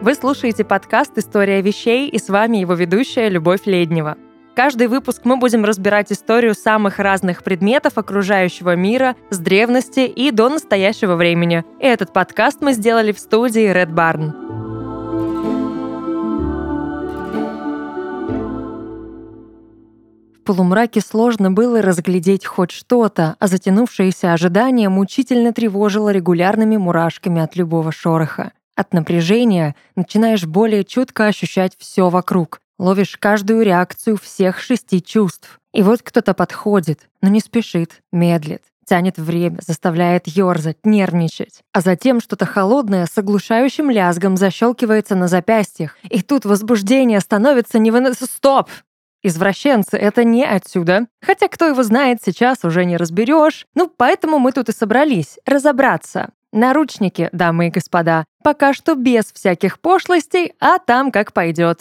Вы слушаете подкаст «История вещей» и с вами его ведущая Любовь Леднева. Каждый выпуск мы будем разбирать историю самых разных предметов окружающего мира с древности и до настоящего времени. И этот подкаст мы сделали в студии Red Barn. В полумраке сложно было разглядеть хоть что-то, а затянувшееся ожидание мучительно тревожило регулярными мурашками от любого шороха. От напряжения начинаешь более чутко ощущать все вокруг. Ловишь каждую реакцию всех 6 чувств. И вот кто-то подходит, но не спешит, медлит, тянет время, заставляет ёрзать, нервничать. А затем что-то холодное с оглушающим лязгом защелкивается на запястьях. И тут возбуждение становится невыносимо. Стоп! Извращенцы — это не отсюда. Хотя кто его знает, сейчас уже не разберешь. Поэтому мы тут и собрались разобраться. Наручники, дамы и господа, пока что без всяких пошлостей, а там как пойдет.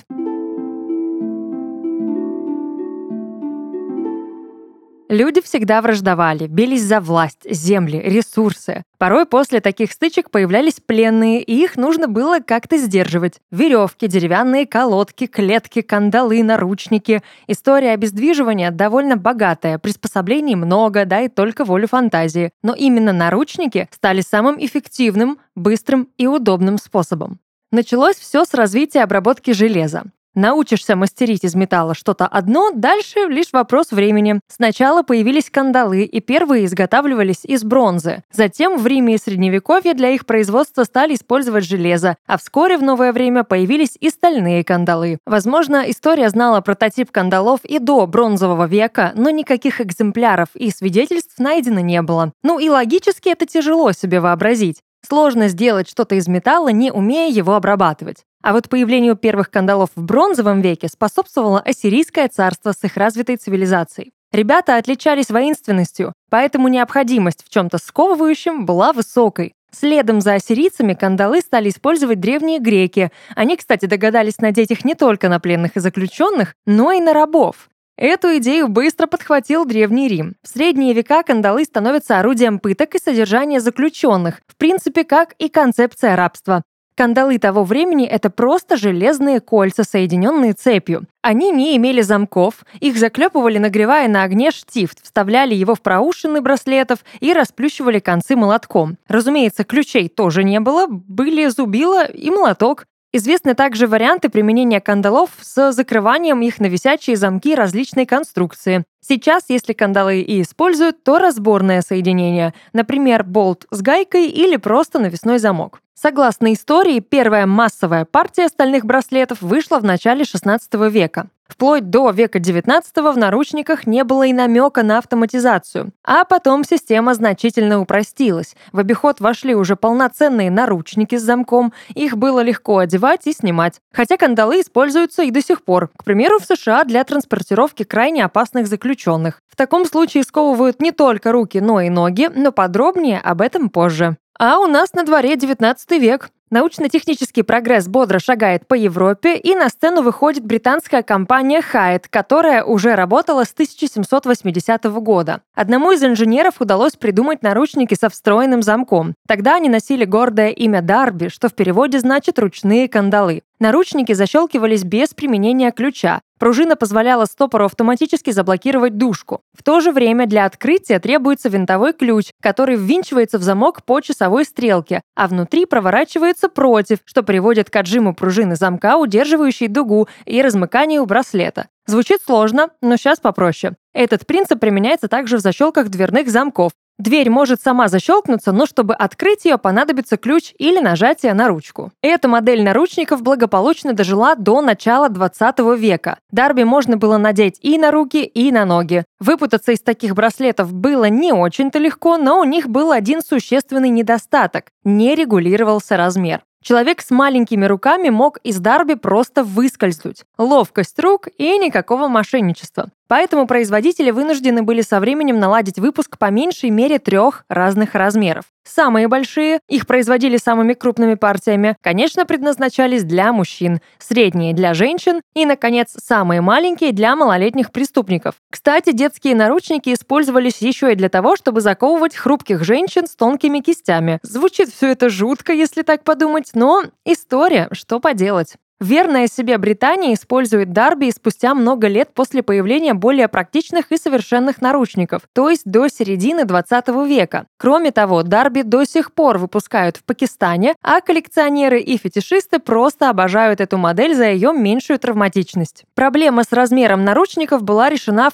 Люди всегда враждовали, бились за власть, земли, ресурсы. Порой после таких стычек появлялись пленные, и их нужно было как-то сдерживать. Веревки, деревянные колодки, клетки, кандалы, наручники. История обездвиживания довольно богатая, приспособлений много, дай только волю фантазии. Но именно наручники стали самым эффективным, быстрым и удобным способом. Началось все с развития обработки железа. Научишься мастерить из металла что-то одно, дальше лишь вопрос времени. Сначала появились кандалы, и первые изготавливались из бронзы. Затем в Риме и Средневековье для их производства стали использовать железо, а вскоре в новое время появились и стальные кандалы. Возможно, история знала прототип кандалов и до бронзового века, но никаких экземпляров и свидетельств найдено не было. И логически это тяжело себе вообразить. Сложно сделать что-то из металла, не умея его обрабатывать. А вот появлению первых кандалов в бронзовом веке способствовало Ассирийское царство с их развитой цивилизацией. Ребята отличались воинственностью, поэтому необходимость в чем-то сковывающем была высокой. Следом за ассирийцами кандалы стали использовать древние греки. Они, кстати, догадались надеть их не только на пленных и заключенных, но и на рабов. Эту идею быстро подхватил Древний Рим. В средние века кандалы становятся орудием пыток и содержания заключенных, в принципе, как и концепция рабства. Кандалы того времени — это просто железные кольца, соединенные цепью. Они не имели замков, их заклепывали, нагревая на огне штифт, вставляли его в проушины браслетов и расплющивали концы молотком. Разумеется, ключей тоже не было, были зубило и молоток. Известны также варианты применения кандалов с закрыванием их на висячие замки различной конструкции. Сейчас, если кандалы и используют, то разборное соединение, например, болт с гайкой или просто навесной замок. Согласно истории, первая массовая партия стальных браслетов вышла в начале XVI века. Вплоть до века XIX в наручниках не было и намека на автоматизацию. А потом система значительно упростилась. В обиход вошли уже полноценные наручники с замком, их было легко одевать и снимать. Хотя кандалы используются и до сих пор. К примеру, в США для транспортировки крайне опасных заключенных. В таком случае сковывают не только руки, но и ноги, но подробнее об этом позже. А у нас на дворе XIX век. Научно-технический прогресс бодро шагает по Европе, и на сцену выходит британская компания Haidt, которая уже работала с 1780 года. Одному из инженеров удалось придумать наручники со встроенным замком. Тогда они носили гордое имя Дарби, что в переводе значит «ручные кандалы». Наручники защелкивались без применения ключа. Пружина позволяла стопору автоматически заблокировать дужку. В то же время для открытия требуется винтовой ключ, который ввинчивается в замок по часовой стрелке, а внутри проворачивается против, что приводит к отжиму пружины замка, удерживающей дугу, и размыканию браслета. Звучит сложно, но сейчас попроще. Этот принцип применяется также в защелках дверных замков. Дверь может сама защелкнуться, но чтобы открыть ее, понадобится ключ или нажатие на ручку. Эта модель наручников благополучно дожила до начала 20 века. Дарби можно было надеть и на руки, и на ноги. Выпутаться из таких браслетов было не очень-то легко, но у них был один существенный недостаток – не регулировался размер. Человек с маленькими руками мог из Дарби просто выскользнуть. Ловкость рук и никакого мошенничества. Поэтому производители вынуждены были со временем наладить выпуск по меньшей мере 3 разных размеров. Самые большие, их производили самыми крупными партиями, конечно, предназначались для мужчин, средние для женщин и, наконец, самые маленькие для малолетних преступников. Кстати, детские наручники использовались еще и для того, чтобы заковывать хрупких женщин с тонкими кистями. Звучит все это жутко, если так подумать, но история, что поделать. Верная себе Британия использует Дарби и спустя много лет после появления более практичных и совершенных наручников, то есть до середины 20 века. Кроме того, Дарби до сих пор выпускают в Пакистане, а коллекционеры и фетишисты просто обожают эту модель за ее меньшую травматичность. Проблема с размером наручников была решена в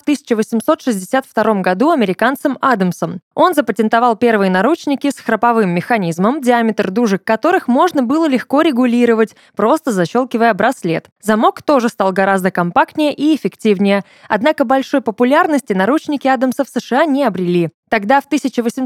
1862 году американцем Адамсом. Он запатентовал первые наручники с храповым механизмом, диаметр дужек которых можно было легко регулировать, просто защелкивая браслет. Замок тоже стал гораздо компактнее и эффективнее. Однако большой популярности наручники Адамса в США не обрели. Тогда, в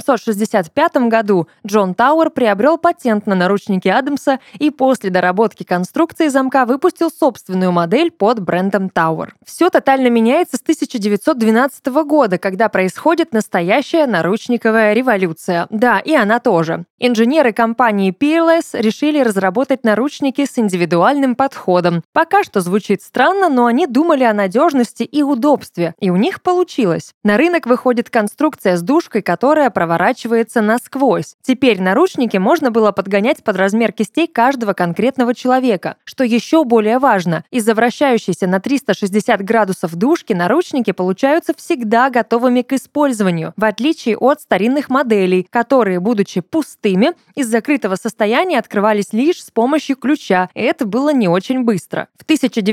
1865 году, Джон Тауэр приобрел патент на наручники Адамса и после доработки конструкции замка выпустил собственную модель под брендом Тауэр. Все тотально меняется с 1912 года, когда происходит настоящая наручниковая революция. Да, и она тоже. Инженеры компании Peerless решили разработать наручники с индивидуальным подходом. Пока что звучит странно, но они думали о надежности и удобстве, и у них получилось. На рынок выходит конструкция с дужкой, которая проворачивается насквозь. Теперь наручники можно было подгонять под размер кистей каждого конкретного человека. Что еще более важно, из-за вращающейся на 360 градусов дужки наручники получаются всегда готовыми к использованию, в отличие от старинных моделей, которые, будучи пустыми, из закрытого состояния открывались лишь с помощью ключа, и это было не очень быстро. В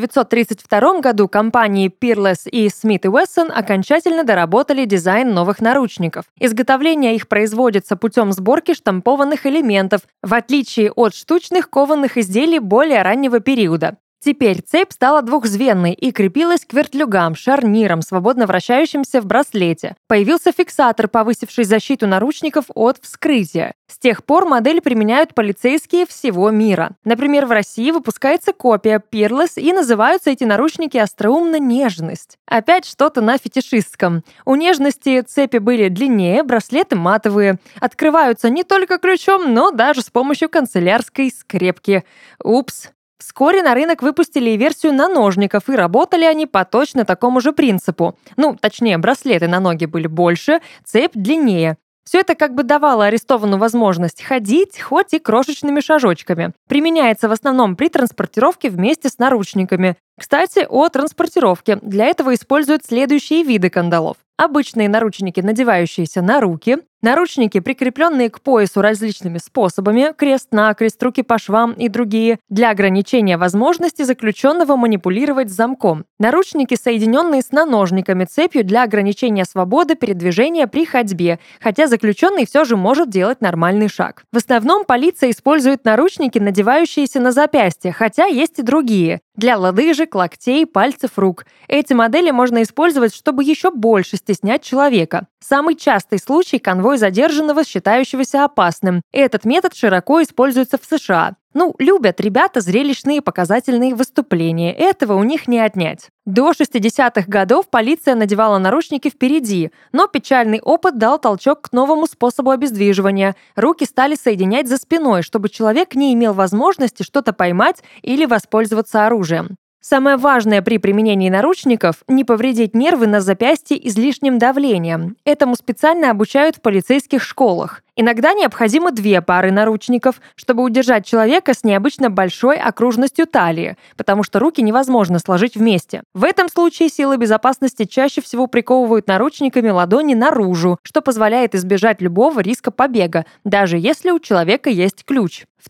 1932 году компании Peerless и Smith Wesson окончательно доработали дизайн новых наручников. Изготовление их производится путем сборки штампованных элементов, в отличие от штучных кованых изделий более раннего периода. Теперь цепь стала двухзвенной и крепилась к вертлюгам, шарнирам, свободно вращающимся в браслете. Появился фиксатор, повысивший защиту наручников от вскрытия. С тех пор модель применяют полицейские всего мира. Например, в России выпускается копия Peerless, и называются эти наручники остроумно «Нежность». Опять что-то на фетишистском. У «Нежности» цепи были длиннее, браслеты матовые. Открываются не только ключом, но даже с помощью канцелярской скрепки. Упс. Вскоре на рынок выпустили и версию наножников, и работали они по точно такому же принципу. Точнее, браслеты на ноги были больше, цепь длиннее. Все это как бы давало арестованную возможность ходить, хоть и крошечными шажочками. Применяется в основном при транспортировке вместе с наручниками. Кстати, о транспортировке. Для этого используют следующие виды кандалов. Обычные наручники, надевающиеся на руки. Наручники, прикрепленные к поясу различными способами, крест-накрест, руки по швам и другие, для ограничения возможности заключенного манипулировать замком. Наручники, соединенные с наножниками, цепью для ограничения свободы передвижения при ходьбе, хотя заключенный все же может делать нормальный шаг. В основном полиция использует наручники, надевающиеся на запястье, хотя есть и другие. Для лодыжек, локтей, пальцев рук. Эти модели можно использовать, чтобы еще больше стеснять человека. Самый частый случай – конвой задержанного, считающегося опасным. Этот метод широко используется в США. Любят ребята зрелищные показательные выступления. Этого у них не отнять. До 60-х годов полиция надевала наручники впереди, но печальный опыт дал толчок к новому способу обездвиживания. Руки стали соединять за спиной, чтобы человек не имел возможности что-то поймать или воспользоваться оружием. Самое важное при применении наручников – не повредить нервы на запястье излишним давлением. Этому специально обучают в полицейских школах. Иногда необходимы 2 пары наручников, чтобы удержать человека с необычно большой окружностью талии, потому что руки невозможно сложить вместе. В этом случае силы безопасности чаще всего приковывают наручниками ладони наружу, что позволяет избежать любого риска побега, даже если у человека есть ключ. В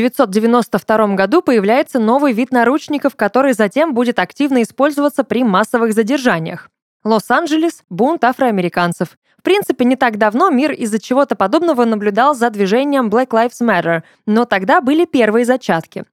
1992 году появляется новый вид наручников, который затем будет активно использоваться при массовых задержаниях. Лос-Анджелес – бунт афроамериканцев. В принципе, не так давно мир из-за чего-то подобного наблюдал за движением Black Lives Matter, но тогда были первые зачатки.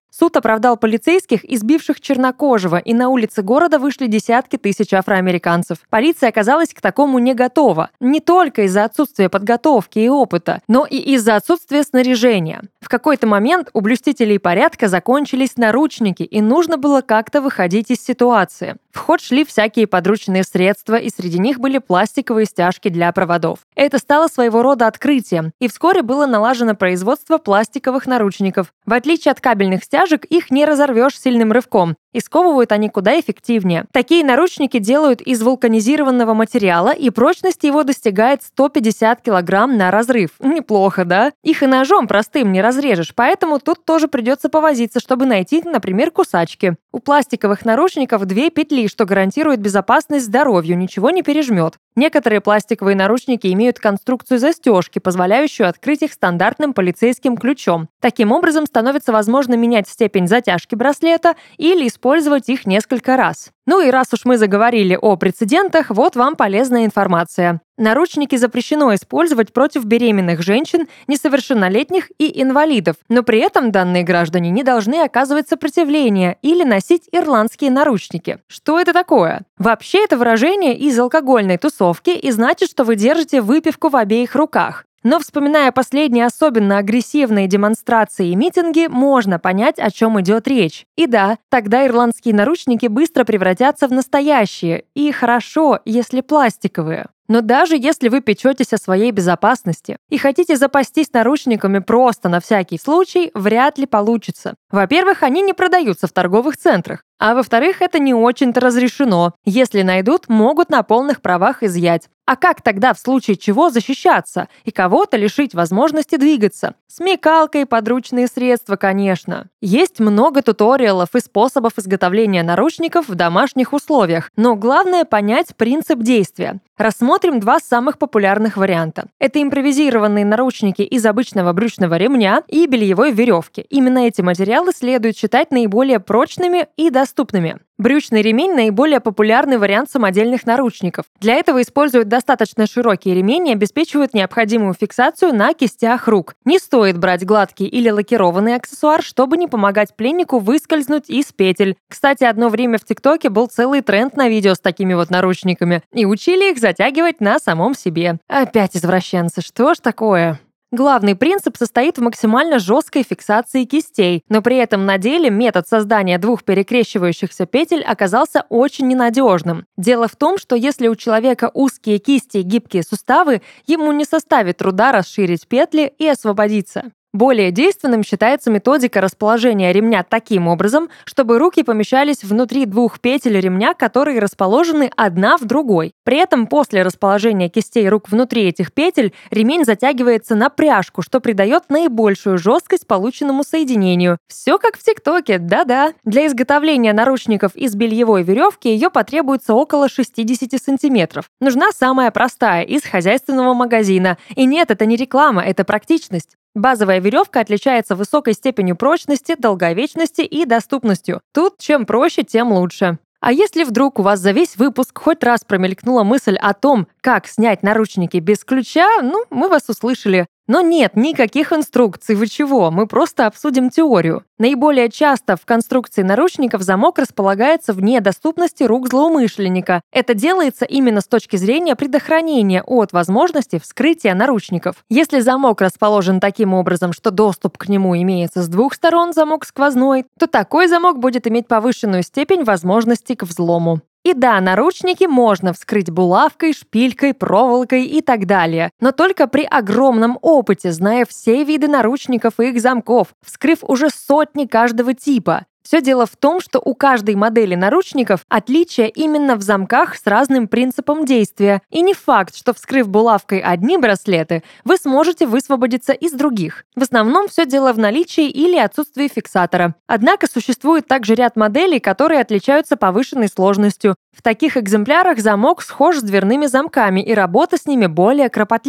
Суд оправдал полицейских, избивших чернокожего, и на улицы города вышли десятки тысяч афроамериканцев. Полиция оказалась к такому не готова. Не только из-за отсутствия подготовки и опыта, но и из-за отсутствия снаряжения. В какой-то момент у блюстителей порядка закончились наручники, и нужно было как-то выходить из ситуации. В ход шли всякие подручные средства, и среди них были пластиковые стяжки для проводов. Это стало своего рода открытием, и вскоре было налажено производство пластиковых наручников. В отличие от кабельных стяжек, их не разорвешь сильным рывком, и сковывают они куда эффективнее. Такие наручники делают из вулканизированного материала, и прочность его достигает 150 кг на разрыв. Неплохо, да? Их и ножом простым не разрежешь, поэтому тут тоже придется повозиться, чтобы найти, например, кусачки. У пластиковых наручников 2 петли, что гарантирует безопасность здоровью, ничего не пережмет. Некоторые пластиковые наручники имеют конструкцию застежки, позволяющую открыть их стандартным полицейским ключом. Таким образом, становится возможно менять степень затяжки браслета или использовать их несколько раз. Ну и раз уж мы заговорили о прецедентах, вот вам полезная информация. Наручники запрещено использовать против беременных женщин, несовершеннолетних и инвалидов, но при этом данные граждане не должны оказывать сопротивление или носить ирландские наручники. Что это такое? Вообще это выражение из алкогольной тусовки и значит, что вы держите выпивку в обеих руках. Но, вспоминая последние особенно агрессивные демонстрации и митинги, можно понять, о чем идет речь. И да, тогда ирландские наручники быстро превратятся в настоящие. И хорошо, если пластиковые. Но даже если вы печетесь о своей безопасности и хотите запастись наручниками просто на всякий случай, вряд ли получится. Во-первых, они не продаются в торговых центрах. А во-вторых, это не очень-то разрешено. Если найдут, могут на полных правах изъять. А как тогда в случае чего защищаться и кого-то лишить возможности двигаться? Смекалка и подручные средства, конечно. Есть много туториалов и способов изготовления наручников в домашних условиях, но главное понять принцип действия. Рассмотрим 2 самых популярных варианта. Это импровизированные наручники из обычного брючного ремня и бельевой веревки. Именно эти материалы следует считать наиболее прочными и доступными. Брючный ремень – наиболее популярный вариант самодельных наручников. Для этого используют достаточно широкий ремень и обеспечивают необходимую фиксацию на кистях рук. Не стоит брать гладкий или лакированный аксессуар, чтобы не помогать пленнику выскользнуть из петель. Кстати, одно время в ТикТоке был целый тренд на видео с такими вот наручниками. И учили их затягивать на самом себе. Опять извращенцы, что ж такое? Главный принцип состоит в максимально жесткой фиксации кистей, но при этом на деле метод создания 2 перекрещивающихся петель оказался очень ненадежным. Дело в том, что если у человека узкие кисти и гибкие суставы, ему не составит труда расширить петли и освободиться. Более действенным считается методика расположения ремня таким образом, чтобы руки помещались внутри 2 петель ремня, которые расположены одна в другой. При этом после расположения кистей рук внутри этих петель ремень затягивается на пряжку, что придает наибольшую жесткость полученному соединению. Все как в ТикТоке, да-да. Для изготовления наручников из бельевой веревки ее потребуется около 60 сантиметров. Нужна самая простая, из хозяйственного магазина. И нет, это не реклама, это практичность. Базовая веревка отличается высокой степенью прочности, долговечности и доступностью. Тут чем проще, тем лучше. А если вдруг у вас за весь выпуск хоть раз промелькнула мысль о том, как снять наручники без ключа, мы вас услышали. Но нет никаких инструкций, вы чего, мы просто обсудим теорию. Наиболее часто в конструкции наручников замок располагается вне доступности рук злоумышленника. Это делается именно с точки зрения предохранения от возможности вскрытия наручников. Если замок расположен таким образом, что доступ к нему имеется с 2 сторон, замок сквозной, то такой замок будет иметь повышенную степень возможности к взлому. И да, наручники можно вскрыть булавкой, шпилькой, проволокой и так далее, но только при огромном опыте, зная все виды наручников и их замков, вскрыв уже сотни каждого типа. Все дело в том, что у каждой модели наручников отличие именно в замках с разным принципом действия. И не факт, что вскрыв булавкой одни браслеты, вы сможете высвободиться из других. В основном все дело в наличии или отсутствии фиксатора. Однако существует также ряд моделей, которые отличаются повышенной сложностью. В таких экземплярах замок схож с дверными замками, и работа с ними более кропотливая.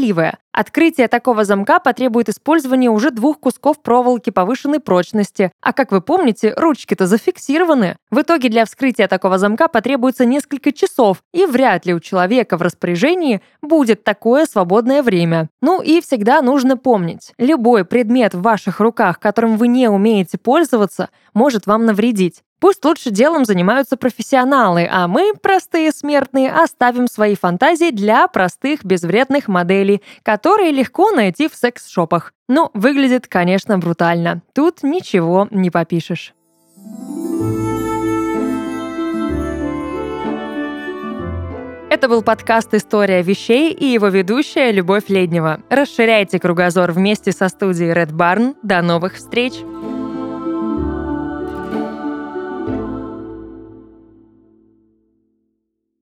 Открытие такого замка потребует использования уже 2 кусков проволоки повышенной прочности. А как вы помните, ручки-то зафиксированы. В итоге для вскрытия такого замка потребуется несколько часов, и вряд ли у человека в распоряжении будет такое свободное время. Ну и всегда нужно помнить, любой предмет в ваших руках, которым вы не умеете пользоваться, может вам навредить. Пусть лучше делом занимаются профессионалы, а мы, простые смертные, оставим свои фантазии для простых безвредных моделей, которые легко найти в секс-шопах. Ну, выглядит, конечно, брутально. Тут ничего не попишешь. Это был подкаст «История вещей» и его ведущая Любовь Леднева. Расширяйте кругозор вместе со студией Red Barn. До новых встреч!